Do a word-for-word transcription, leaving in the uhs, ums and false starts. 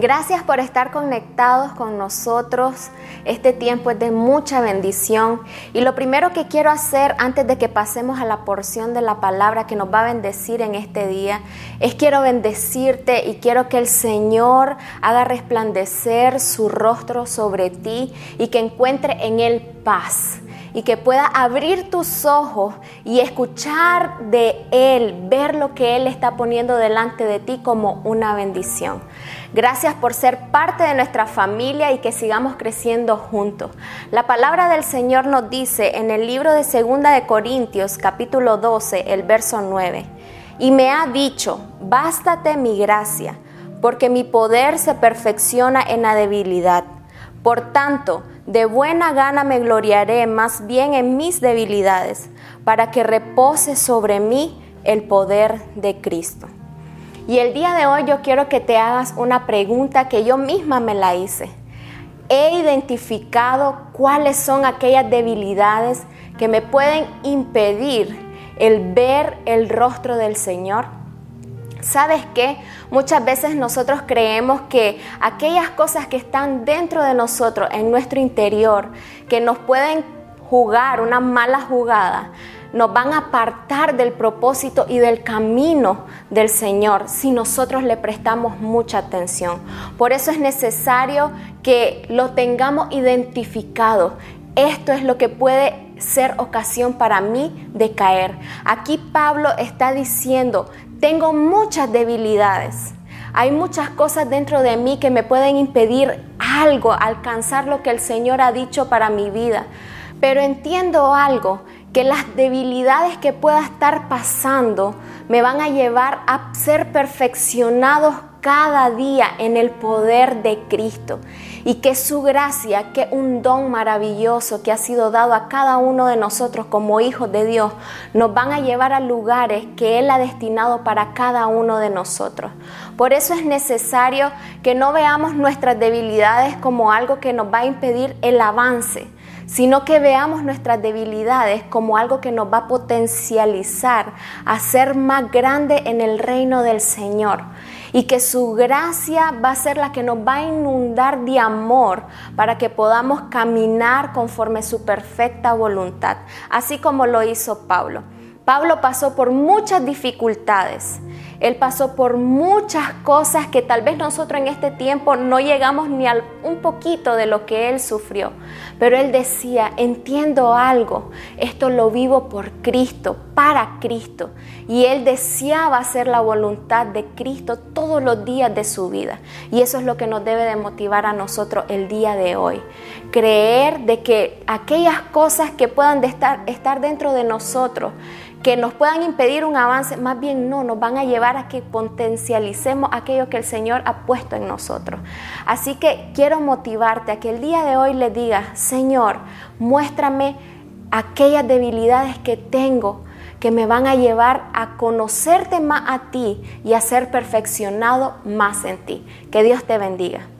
Gracias por estar conectados con nosotros. Este tiempo es de mucha bendición. Y lo primero que quiero hacer antes de que pasemos a la porción de la palabra que nos va a bendecir en este día, es quiero bendecirte y quiero que el Señor haga resplandecer su rostro sobre ti y que encuentre en Él paz. Y que pueda abrir tus ojos y escuchar de Él, ver lo que Él está poniendo delante de ti como una bendición. Gracias por ser parte de nuestra familia y que sigamos creciendo juntos. La palabra del Señor nos dice en el libro de Segunda de Corintios, capítulo doce, el verso nueve. Y me ha dicho, bástate mi gracia, porque mi poder se perfecciona en la debilidad. Por tanto, de buena gana me gloriaré más bien en mis debilidades, para que repose sobre mí el poder de Cristo. Y el día de hoy yo quiero que te hagas una pregunta que yo misma me la hice. He identificado cuáles son aquellas debilidades que me pueden impedir el ver el rostro del Señor. ¿Sabes qué? Muchas veces nosotros creemos que aquellas cosas que están dentro de nosotros, en nuestro interior, que nos pueden jugar una mala jugada, nos van a apartar del propósito y del camino del Señor si nosotros le prestamos mucha atención. Por eso es necesario que lo tengamos identificado. Esto es lo que puede ser ocasión para mí de caer. Aquí Pablo está diciendo, tengo muchas debilidades. Hay muchas cosas dentro de mí que me pueden impedir algo, alcanzar lo que el Señor ha dicho para mi vida. Pero entiendo algo, que las debilidades que pueda estar pasando me van a llevar a ser perfeccionados cada día en el poder de Cristo. Y que su gracia, que un don maravilloso que ha sido dado a cada uno de nosotros como hijos de Dios, nos van a llevar a lugares que Él ha destinado para cada uno de nosotros. Por eso es necesario que no veamos nuestras debilidades como algo que nos va a impedir el avance, sino que veamos nuestras debilidades como algo que nos va a potencializar a ser más grande en el reino del Señor. Y que su gracia va a ser la que nos va a inundar de amor para que podamos caminar conforme su perfecta voluntad, así como lo hizo Pablo. Pablo pasó por muchas dificultades. Él pasó por muchas cosas que tal vez nosotros en este tiempo no llegamos ni a un poquito de lo que él sufrió. Pero él decía, entiendo algo, esto lo vivo por Cristo, para Cristo. Y él deseaba hacer la voluntad de Cristo todos los días de su vida. Y eso es lo que nos debe de motivar a nosotros el día de hoy. Creer de que aquellas cosas que puedan de estar, estar dentro de nosotros, que nos puedan impedir un avance, más bien no, nos van a llevar a que potencialicemos aquello que el Señor ha puesto en nosotros. Así que quiero motivarte a que el día de hoy le digas, Señor, muéstrame aquellas debilidades que tengo que me van a llevar a conocerte más a ti y a ser perfeccionado más en ti. Que Dios te bendiga.